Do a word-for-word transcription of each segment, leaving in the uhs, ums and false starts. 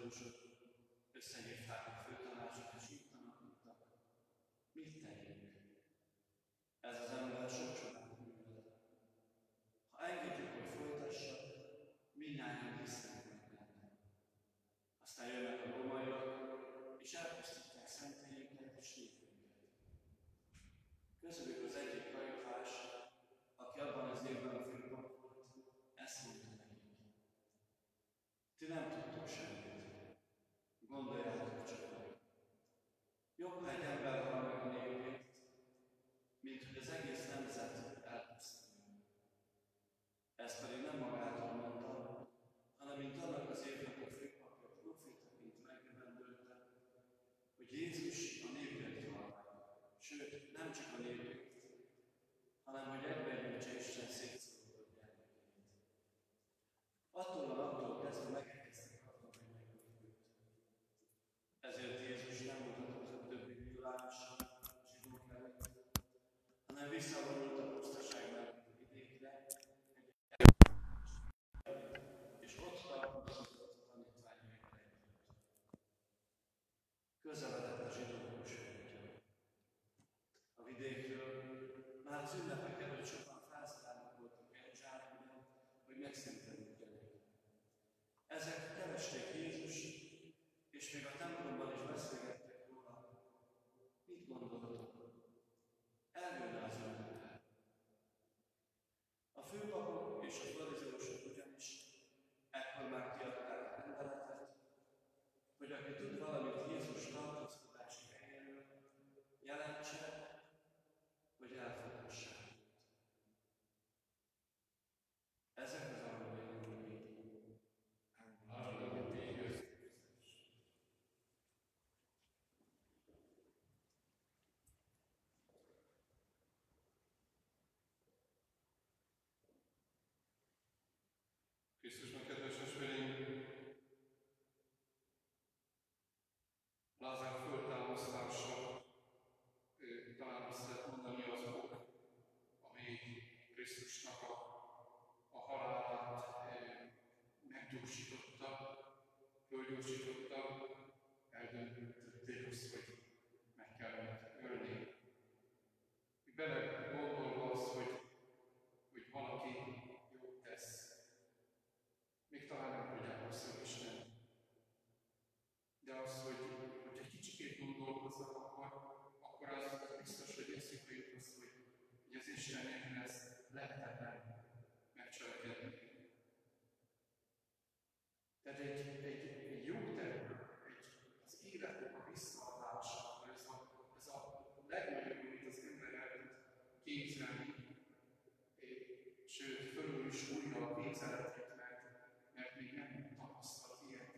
farizeusok összehívták a főtanácsot, és így tanítettek. Mit tegyünk? Ez az ember sok csodát művel. Ha engedjük, hogy folytassa, mindnyájan hisznek meg benne. Aztán jönnek a rómaiak, és elpusztítják szentélyünket és népünket. Közülük az egyik Kajfás, aki abban az évben a főpap volt, ezt mondta nekik. Ti nem tudtok semmit. Gondoljátok csak meg. Jobb, ha egy ember hal meg a népét, mint hogy az egész nemzet elpusztuljon. Ez pedig nem magától mondta, hanem mint annak az évnek a főpapja profétaként megjövendölte, hogy Jézus a népét hal meg. Sőt, nem csak a népét, hanem hogy egybeegyüttse Isten szétszórodott gyermekét. Attól a naptól kezdve megkezdtek kapni meg. Ezért Jézus nem mutatott többi világosan zsidók előtt, hanem visszavonult a pusztaságban vidékre, és ott találkozott a tanítványaikkal együtt. Közeledett a zsidók húsvétja. A vidékről már az ünnepek előtt sokan felszállnak voltak Jeruzsálemben, hogy megszentelődjenek. Ezek keresték Jézust, és még a templomban is beszélgettek róla. Mit gondoltok? Eljön az ünnep. A főpapok és a farizeusok ugyanis ekkor már kiadták a rendeletet, hogy aki tud valamit Jézus tartózkodási helyéről, jelentse, hogy elfogassák. Ezek az angolai újjai. Krisztusnak kedves testvéreim, Lázár föltámasztása, talán azt lehet mondani az ok, ami Krisztusnak a, a halálát meggyorsította, fölgyorsította, eldöntötték azt, hogy meg kellene ölni. Bele gondolva az, hogy, hogy valaki jót tesz, még talán nem tudják azt, is nem. De az, hogy, hogy egy kicsikét gondolkoznak, akkor, akkor az biztos, hogy eszükbe jut az, hogy, hogy az Istennél ez lehetetlen megcselekedni. Tehát egy, egy, egy jó terv, egy, az életnek a visszaadása, ez a, ez a legnagyobb, amit az ember el tud képzelni, sőt, fölül is újra a képzeletét, mert még nem tapasztalt ilyet.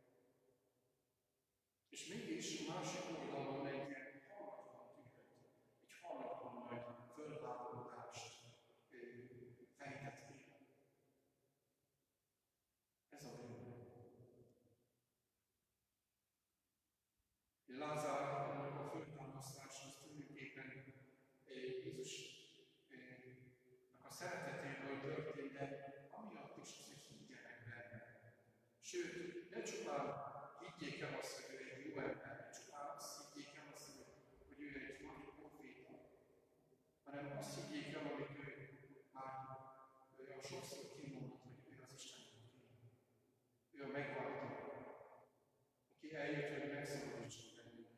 És mégis a másik oldalon egy ilyen hallatlan tükröt, egy hallatlan nagy fölvágódást fejtett ki. Ez a bűn. Lázárnak a föltámasztása az tulajdonképpen Jézusnak a szeretetéből történt, de amiatt is az, hogy higgyenek benne. Sőt, ne csupán higgyék el azt, hogy ő egy jó ember, ne csupán azt higgyék el azt, hogy ő egy nagy proféta, hanem azt higgyék el, amit ő már olyan sokszor kimondott, hogy ő az Isten proféta. Ő a megváltó, aki eljött, hogy megszabadítson bennünket.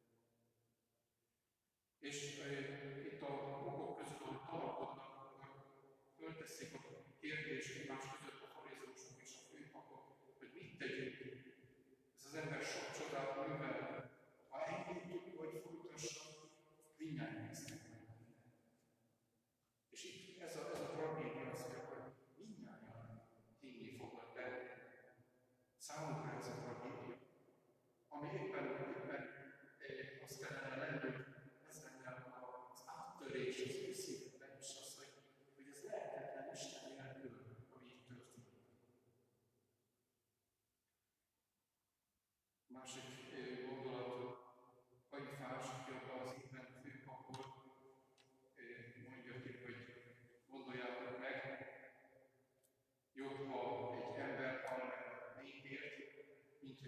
És uh, itt a okok közül, hogy tanakodnak, akkor fölteszik a kérdést egymás között a farizeusok és a főpapok, hogy mit tegyünk. Ez az ember sok csodát művel. Ha engedjük, hogy folytassa, mindjárt hisznek meg benne.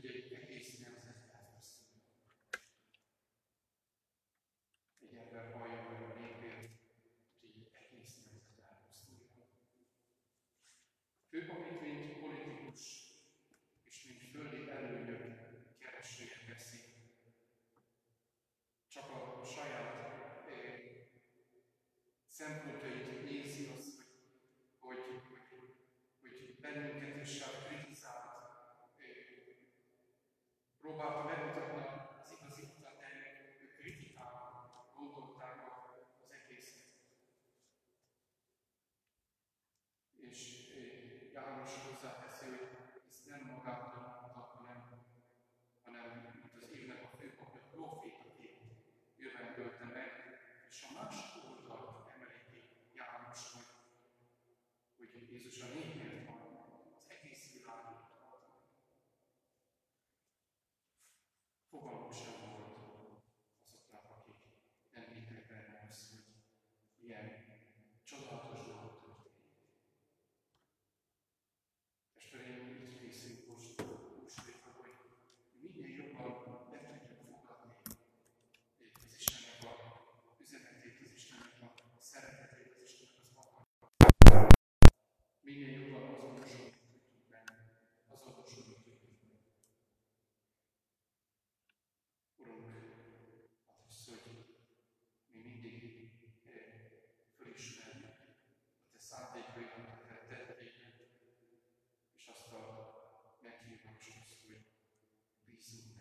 hogy egy egész nemzet elpusztul. Egy ember hallja meg a népért, hogy egy egész nemzet elpusztuljon. Főpapit, mint politikus és mint földi előnyök keresője teszi. Csak a saját eh, szempontait nézi azt, hogy, hogy, hogy, hogy bennünket is hát kritizált, eh, próbálta bemutatni az igazi utat, de ők kritikával gondolták az egészet. És eh, János hozzáteszi, hogy ezt nem magától mondta, hanem, hanem mint az évnek a főpapja, a profétaként jövendölte meg, és a másik oldalt emeli ki János, hogy, hogy Jézus a népért van, az egész világért van. Fogalmuk sem volt azoknak, akik nem hittek benne azt, hogy ilyen csodálatos dolog történik. Testvéreim, így készünk most húsvétra, hogy minél jobban meg tudjuk fogadni az Istennek a üzenetét, az Istennek a szeretetét, az Istennek az akartát. Minél jobban azonosulni tudjuk benne, azonosulni tudjuk benne. Urunk, hát az, hogy mi mindig eh, fölismerjük a Te szándékaidat, a Te tetteidet, és azt a meghívást, hogy bízunk